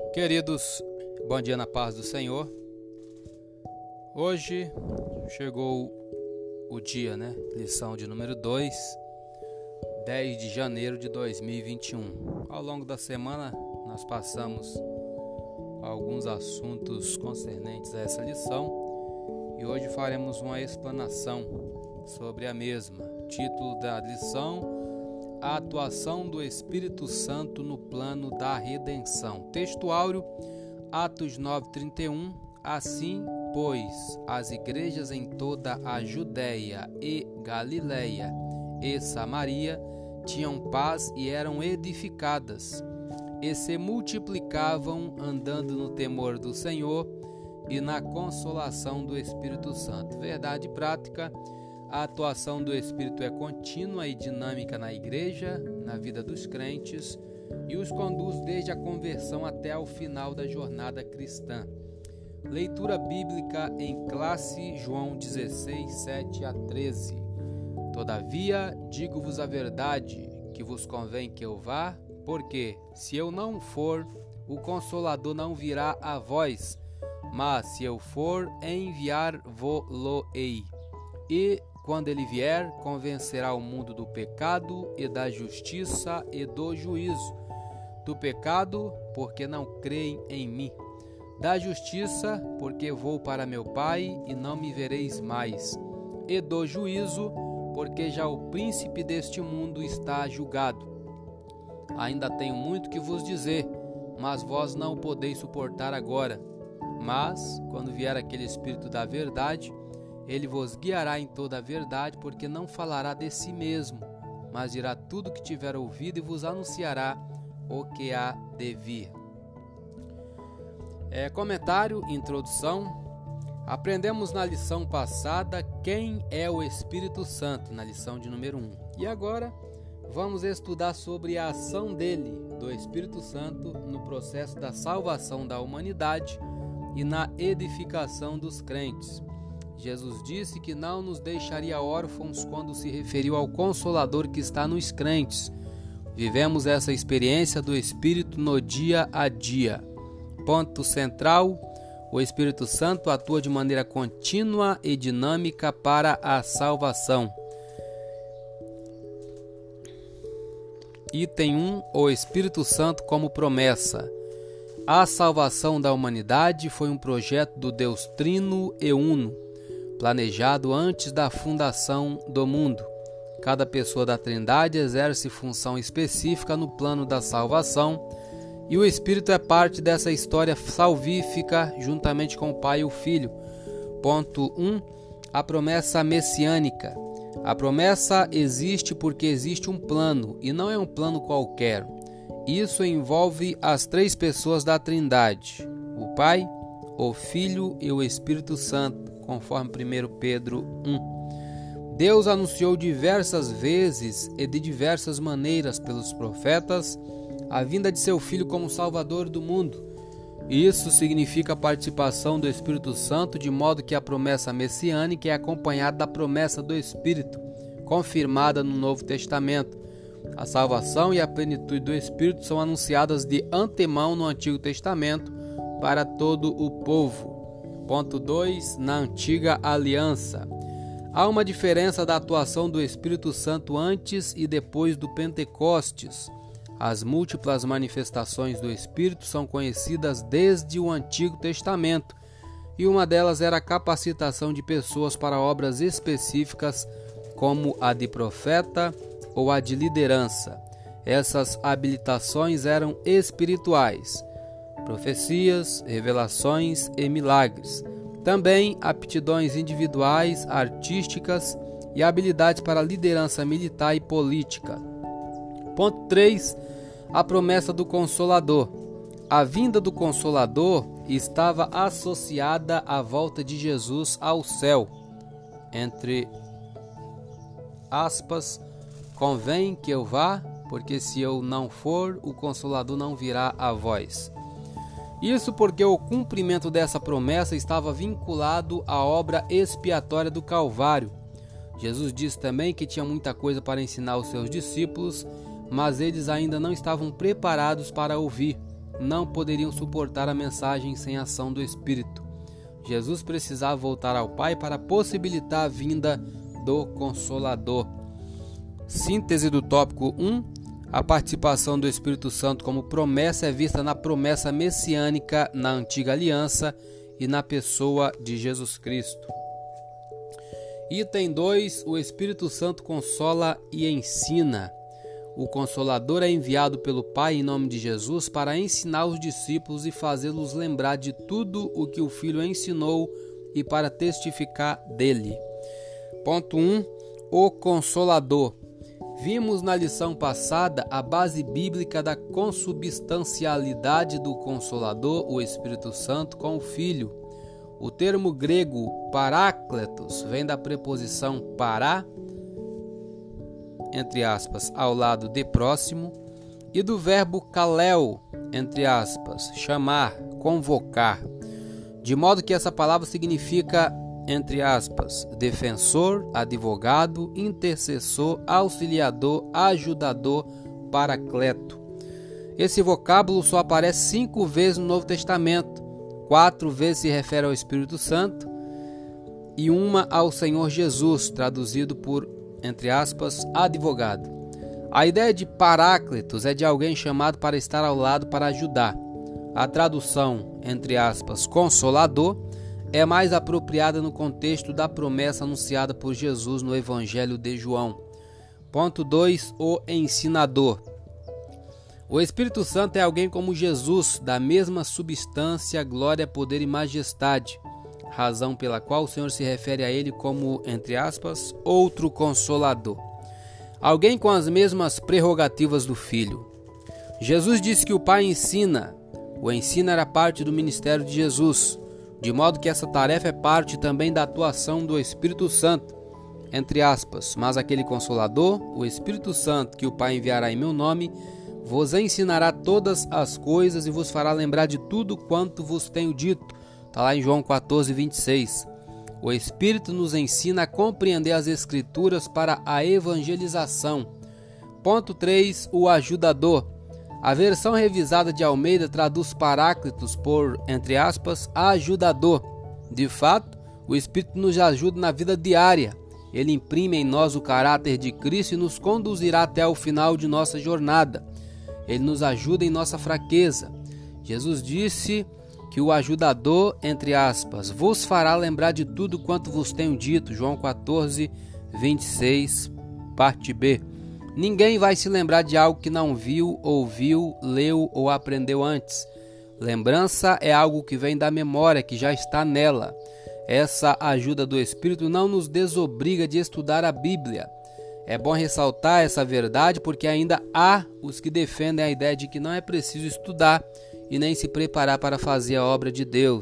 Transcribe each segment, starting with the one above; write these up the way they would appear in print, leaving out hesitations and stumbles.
Queridos, bom dia na paz do Senhor. Hoje chegou o dia, Lição de número 2, 10 de janeiro de 2021. Ao longo da semana nós passamos alguns assuntos concernentes a essa lição e hoje faremos uma explanação sobre a mesma. Título da lição: a atuação do Espírito Santo no plano da redenção. Texto áureo, Atos 9:31. Assim, pois, as igrejas em toda a Judéia e Galiléia e Samaria tinham paz e eram edificadas, e se multiplicavam, andando no temor do Senhor e na consolação do Espírito Santo. Verdade prática: a atuação do Espírito é contínua e dinâmica na igreja, na vida dos crentes, e os conduz desde a conversão até ao final da jornada cristã. Leitura bíblica em classe, João 16, 7 a 13. Todavia, digo-vos a verdade, que vos convém que eu vá, porque, se eu não for, o Consolador não virá a vós, mas se eu for, enviar-vo-lo-ei. E, quando ele vier, convencerá o mundo do pecado e da justiça e do juízo. Do pecado, porque não creem em mim. Da justiça, porque vou para meu Pai e não me vereis mais. E do juízo, porque já o príncipe deste mundo está julgado. Ainda tenho muito que vos dizer, mas vós não o podeis suportar agora. Mas, quando vier aquele Espírito da verdade, ele vos guiará em toda a verdade, porque não falará de si mesmo, mas dirá tudo o que tiver ouvido e vos anunciará o que há de vir. Comentário, introdução. Aprendemos na lição passada quem é o Espírito Santo, na lição de número 1. E agora vamos estudar sobre a ação dele, do Espírito Santo, no processo da salvação da humanidade e na edificação dos crentes. Jesus disse que não nos deixaria órfãos quando se referiu ao Consolador que está nos crentes. Vivemos essa experiência do Espírito no dia a dia. Ponto central: o Espírito Santo atua de maneira contínua e dinâmica para a salvação. Item 1. O Espírito Santo como promessa. A salvação da humanidade foi um projeto do Deus Trino e Uno, planejado antes da fundação do mundo. Cada pessoa da Trindade exerce função específica no plano da salvação, e o Espírito é parte dessa história salvífica, juntamente com o Pai e o Filho. Ponto 1. A promessa messiânica. A promessa existe porque existe um plano, e não é um plano qualquer. Isso envolve as três pessoas da Trindade: o Pai, o Filho e o Espírito Santo, conforme 1 Pedro 1. Deus anunciou diversas vezes e de diversas maneiras pelos profetas a vinda de seu Filho como Salvador do mundo. Isso significa a participação do Espírito Santo, de modo que a promessa messiânica é acompanhada da promessa do Espírito, confirmada no Novo Testamento. A salvação e a plenitude do Espírito são anunciadas de antemão no Antigo Testamento para todo o povo. Ponto 2. Na Antiga Aliança. Há uma diferença da atuação do Espírito Santo antes e depois do Pentecostes. As múltiplas manifestações do Espírito são conhecidas desde o Antigo Testamento, e uma delas era a capacitação de pessoas para obras específicas, como a de profeta ou a de liderança. Essas habilitações eram espirituais: profecias, revelações e milagres. Também aptidões individuais, artísticas e habilidades para liderança militar e política. Ponto 3. A promessa do Consolador. A vinda do Consolador estava associada à volta de Jesus ao céu. Entre aspas, convém que eu vá, porque se eu não for, o Consolador não virá a vós. Isso porque o cumprimento dessa promessa estava vinculado à obra expiatória do Calvário. Jesus disse também que tinha muita coisa para ensinar aos seus discípulos, mas eles ainda não estavam preparados para ouvir. não poderiam suportar a mensagem sem a ação do Espírito. Jesus precisava voltar ao Pai para possibilitar a vinda do Consolador. Síntese do tópico 1. A participação do Espírito Santo como promessa é vista na promessa messiânica na Antiga Aliança e na pessoa de Jesus Cristo. Item 2. O Espírito Santo consola e ensina. O Consolador é enviado pelo Pai em nome de Jesus para ensinar os discípulos e fazê-los lembrar de tudo o que o Filho ensinou e para testificar dele. Ponto 1. O Consolador. Vimos na lição passada a base bíblica da consubstancialidade do Consolador, o Espírito Santo, com o Filho. O termo grego parácletos vem da preposição para, entre aspas, ao lado de próximo, e do verbo kaleo, entre aspas, chamar, convocar, de modo que essa palavra significa, entre aspas, defensor, advogado, intercessor, auxiliador, ajudador, paracleto. Esse vocábulo só aparece 5 vezes no Novo Testamento, 4 vezes se refere ao Espírito Santo e 1 ao Senhor Jesus, traduzido por, entre aspas, advogado. A ideia de paráclitos é de alguém chamado para estar ao lado para ajudar. A tradução, entre aspas, consolador, é mais apropriada no contexto da promessa anunciada por Jesus no Evangelho de João. Ponto 2. O ensinador. O Espírito Santo é alguém como Jesus, da mesma substância, glória, poder e majestade, razão pela qual o Senhor se refere a ele como, entre aspas, outro consolador. Alguém com as mesmas prerrogativas do Filho. Jesus disse que o Pai ensina. O ensino era parte do ministério de Jesus, de modo que essa tarefa é parte também da atuação do Espírito Santo, entre aspas, mas aquele Consolador, o Espírito Santo, que o Pai enviará em meu nome, vos ensinará todas as coisas e vos fará lembrar de tudo quanto vos tenho dito. Está lá em João 14, 26. O Espírito nos ensina a compreender as Escrituras para a evangelização. Ponto 3. O ajudador. A versão revisada de Almeida traduz paráclitos por, entre aspas, ajudador. De fato, o Espírito nos ajuda na vida diária. Ele imprime em nós o caráter de Cristo e nos conduzirá até o final de nossa jornada. Ele nos ajuda em nossa fraqueza. Jesus disse que o ajudador, entre aspas, vos fará lembrar de tudo quanto vos tenho dito. João 14, 26, parte B. Ninguém vai se lembrar de algo que não viu, ouviu, leu ou aprendeu antes. Lembrança é algo que vem da memória, que já está nela. Essa ajuda do Espírito não nos desobriga de estudar a Bíblia. É bom ressaltar essa verdade porque ainda há os que defendem a ideia de que não é preciso estudar e nem se preparar para fazer a obra de Deus.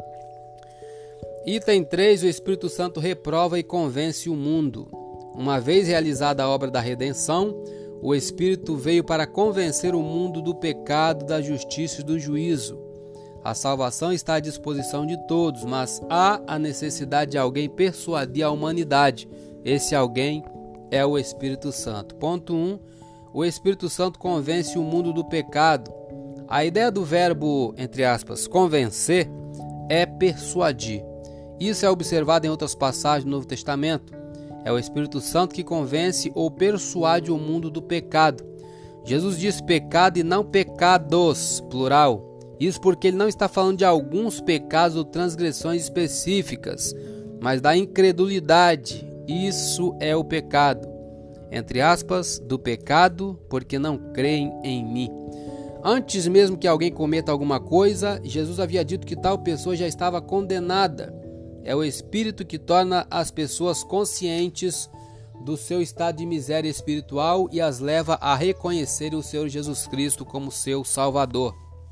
Item 3. O Espírito Santo reprova e convence o mundo. Uma vez realizada a obra da redenção, o Espírito veio para convencer o mundo do pecado, da justiça e do juízo. A salvação está à disposição de todos, mas há a necessidade de alguém persuadir a humanidade. Esse alguém é o Espírito Santo. Ponto 1. O Espírito Santo convence o mundo do pecado. A ideia do verbo, entre aspas, convencer, é persuadir. Isso é observado em outras passagens do Novo Testamento. É o Espírito Santo que convence ou persuade o mundo do pecado. Jesus diz pecado e não pecados, plural. Isso porque ele não está falando de alguns pecados ou transgressões específicas, mas da incredulidade. Isso é o pecado. Entre aspas, do pecado, porque não creem em mim. Antes mesmo que alguém cometa alguma coisa, Jesus havia dito que tal pessoa já estava condenada. É o Espírito que torna as pessoas conscientes do seu estado de miséria espiritual e as leva a reconhecer o Senhor Jesus Cristo como seu Salvador.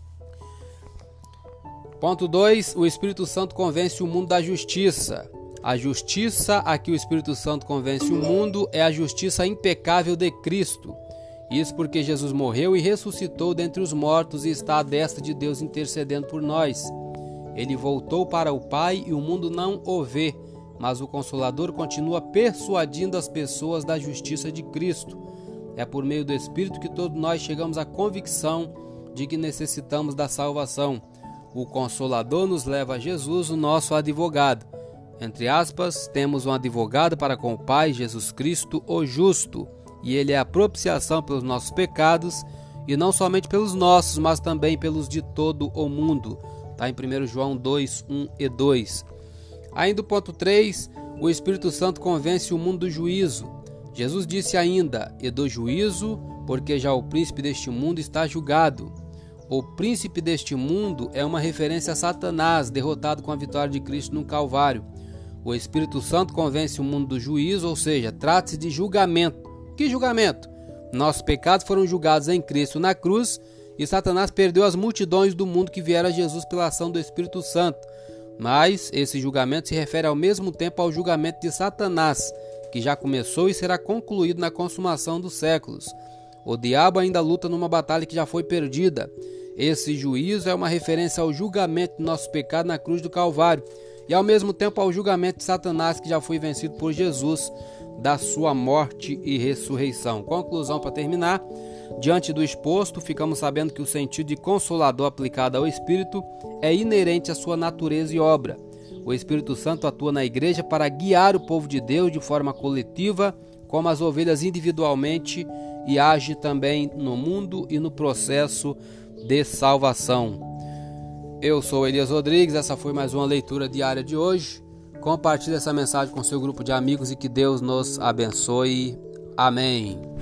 Ponto 2. O Espírito Santo convence o mundo da justiça. A justiça a que o Espírito Santo convence o mundo é a justiça impecável de Cristo. Isso porque Jesus morreu e ressuscitou dentre os mortos e está à destra de Deus intercedendo por nós. Ele voltou para o Pai e o mundo não o vê, mas o Consolador continua persuadindo as pessoas da justiça de Cristo. É por meio do Espírito que todos nós chegamos à convicção de que necessitamos da salvação. O Consolador nos leva a Jesus, o nosso advogado. Entre aspas, temos um advogado para com o Pai, Jesus Cristo, o justo, e ele é a propiciação pelos nossos pecados, e não somente pelos nossos, mas também pelos de todo o mundo. Está em 1 João 2, 1 e 2. Ainda o ponto 3, o Espírito Santo convence o mundo do juízo. Jesus disse ainda, e do juízo, porque já o príncipe deste mundo está julgado. O príncipe deste mundo é uma referência a Satanás, derrotado com a vitória de Cristo no Calvário. O Espírito Santo convence o mundo do juízo, ou seja, trata-se de julgamento. Que julgamento? Nossos pecados foram julgados em Cristo na cruz e Satanás perdeu as multidões do mundo que vieram a Jesus pela ação do Espírito Santo. Mas esse julgamento se refere ao mesmo tempo ao julgamento de Satanás, que já começou e será concluído na consumação dos séculos. O diabo ainda luta numa batalha que já foi perdida. Esse juízo é uma referência ao julgamento de nossos pecados na cruz do Calvário e ao mesmo tempo ao julgamento de Satanás, que já foi vencido por Jesus, da sua morte e ressurreição. Conclusão para terminar: diante do exposto, ficamos sabendo que o sentido de consolador aplicado ao Espírito é inerente à sua natureza e obra. O Espírito Santo atua na igreja para guiar o povo de Deus de forma coletiva, como as ovelhas individualmente, e age também no mundo e no processo de salvação. Eu sou Elias Rodrigues, essa foi mais uma leitura diária de hoje. Compartilhe essa mensagem com seu grupo de amigos e que Deus nos abençoe. Amém.